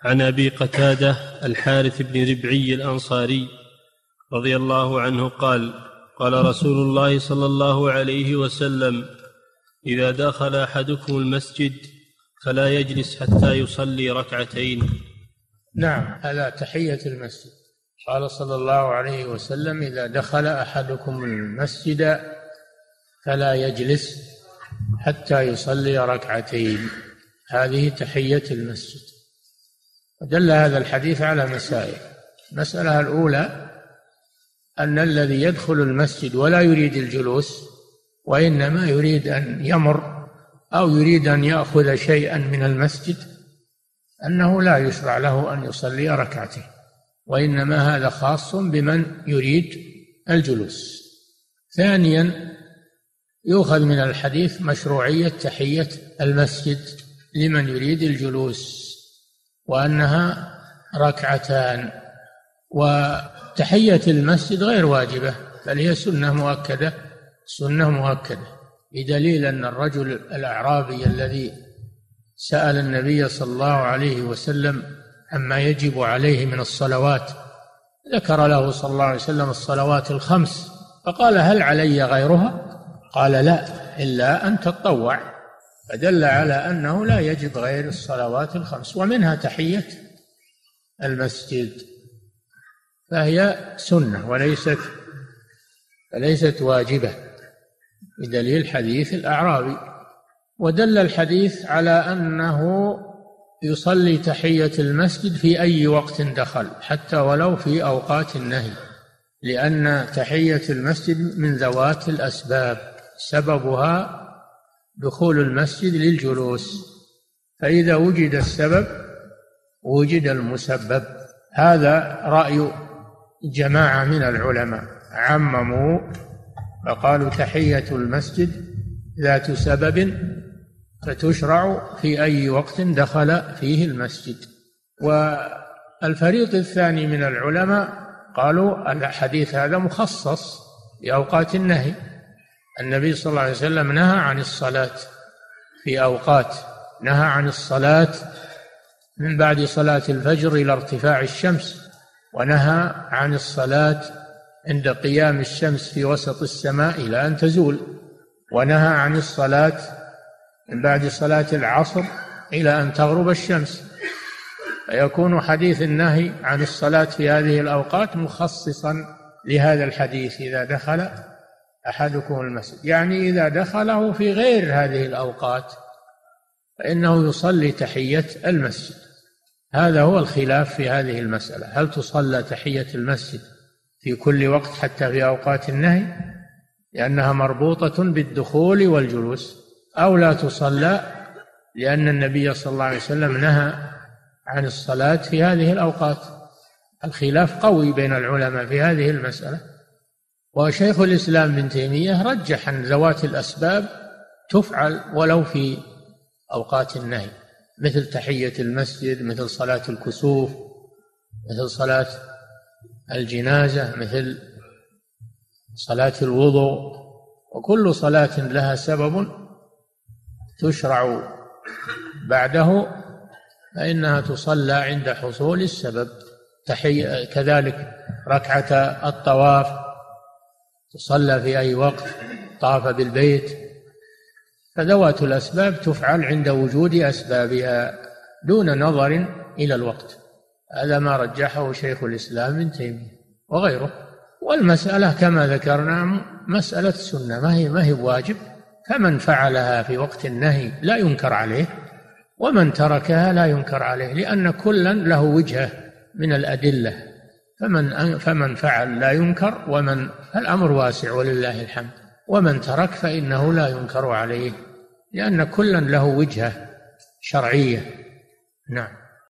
عن أبي قتادة الحارث بن ربعي الأنصاري رضي الله عنه قال: قال رسول الله صلى الله عليه وسلم: إذا دخل أحدكم المسجد فلا يجلس حتى يصلي ركعتين. نعم، هذا تحية المسجد. قال صلى الله عليه وسلم: إذا دخل أحدكم المسجد فلا يجلس حتى يصلي ركعتين. هذه تحية المسجد. ودل هذا الحديث على مسائل. المسألة الأولى أن الذي يدخل المسجد ولا يريد الجلوس وإنما يريد أن يمر أو يريد أن يأخذ شيئا من المسجد أنه لا يشرع له أن يصلي ركعتين، وإنما هذا خاص بمن يريد الجلوس. ثانيا، يؤخذ من الحديث مشروعية تحية المسجد لمن يريد الجلوس، وأنها ركعتان. وتحية المسجد غير واجبة، بل هي سنة مؤكدة، بدليل أن الرجل الأعرابي الذي سأل النبي صلى الله عليه وسلم عما يجب عليه من الصلوات، ذكر له صلى الله عليه وسلم الصلوات الخمس، فقال: هل علي غيرها؟ قال: لا، إلا أن تطوع. فدل على أنه لا يجب غير الصلوات الخمس، ومنها تحية المسجد، فهي سنة وليست واجبة، بدليل حديث الأعرابي. ودل الحديث على أنه يصلي تحية المسجد في أي وقت دخل، حتى ولو في أوقات النهي، لأن تحية المسجد من ذوات الأسباب، سببها دخول المسجد للجلوس، فإذا وجد السبب وجد المسبب. هذا رأي جماعة من العلماء، عمموا فقالوا: تحية المسجد ذات سبب فتشرع في أي وقت دخل فيه المسجد. والفريق الثاني من العلماء قالوا: الحديث هذا مخصص بأوقات النهي. النبي صلى الله عليه وسلم نهى عن الصلاة في أوقات، نهى عن الصلاة من بعد صلاة الفجر إلى ارتفاع الشمس، ونهى عن الصلاة عند قيام الشمس في وسط السماء إلى أن تزول، ونهى عن الصلاة من بعد صلاة العصر إلى أن تغرب الشمس. فيكون حديث النهي عن الصلاة في هذه الأوقات مخصصا لهذا الحديث: إذا دخل أحدكم المسجد، يعني إذا دخله في غير هذه الأوقات فإنه يصلي تحية المسجد. هذا هو الخلاف في هذه المسألة: هل تصلى تحية المسجد في كل وقت حتى في أوقات النهي لأنها مربوطة بالدخول والجلوس، أو لا تصلى لأن النبي صلى الله عليه وسلم نهى عن الصلاة في هذه الأوقات؟ الخلاف قوي بين العلماء في هذه المسألة. وشيخ الإسلام ابن تيمية رجح أن ذوات الأسباب تفعل ولو في أوقات النهي، مثل تحية المسجد، مثل صلاة الكسوف، مثل صلاة الجنازة، مثل صلاة الوضوء، وكل صلاة لها سبب تشرع بعده فإنها تصلى عند حصول السبب. كذلك ركعة الطواف تصلى في أي وقت طاف بالبيت، فذوات الأسباب تفعل عند وجود أسبابها دون نظر إلى الوقت. هذا ما رجحه شيخ الإسلام ابن تيمية وغيره. والمسألة كما ذكرنا مسألة سنة، ما هي واجب، فمن فعلها في وقت النهي لا ينكر عليه، ومن تركها لا ينكر عليه، لأن كلا له وجهة من الأدلة، فمن فعل لا ينكر، ومن الأمر واسع ولله الحمد، ومن ترك فإنه لا ينكر عليه، لأن كلا له وجهة شرعية. نعم.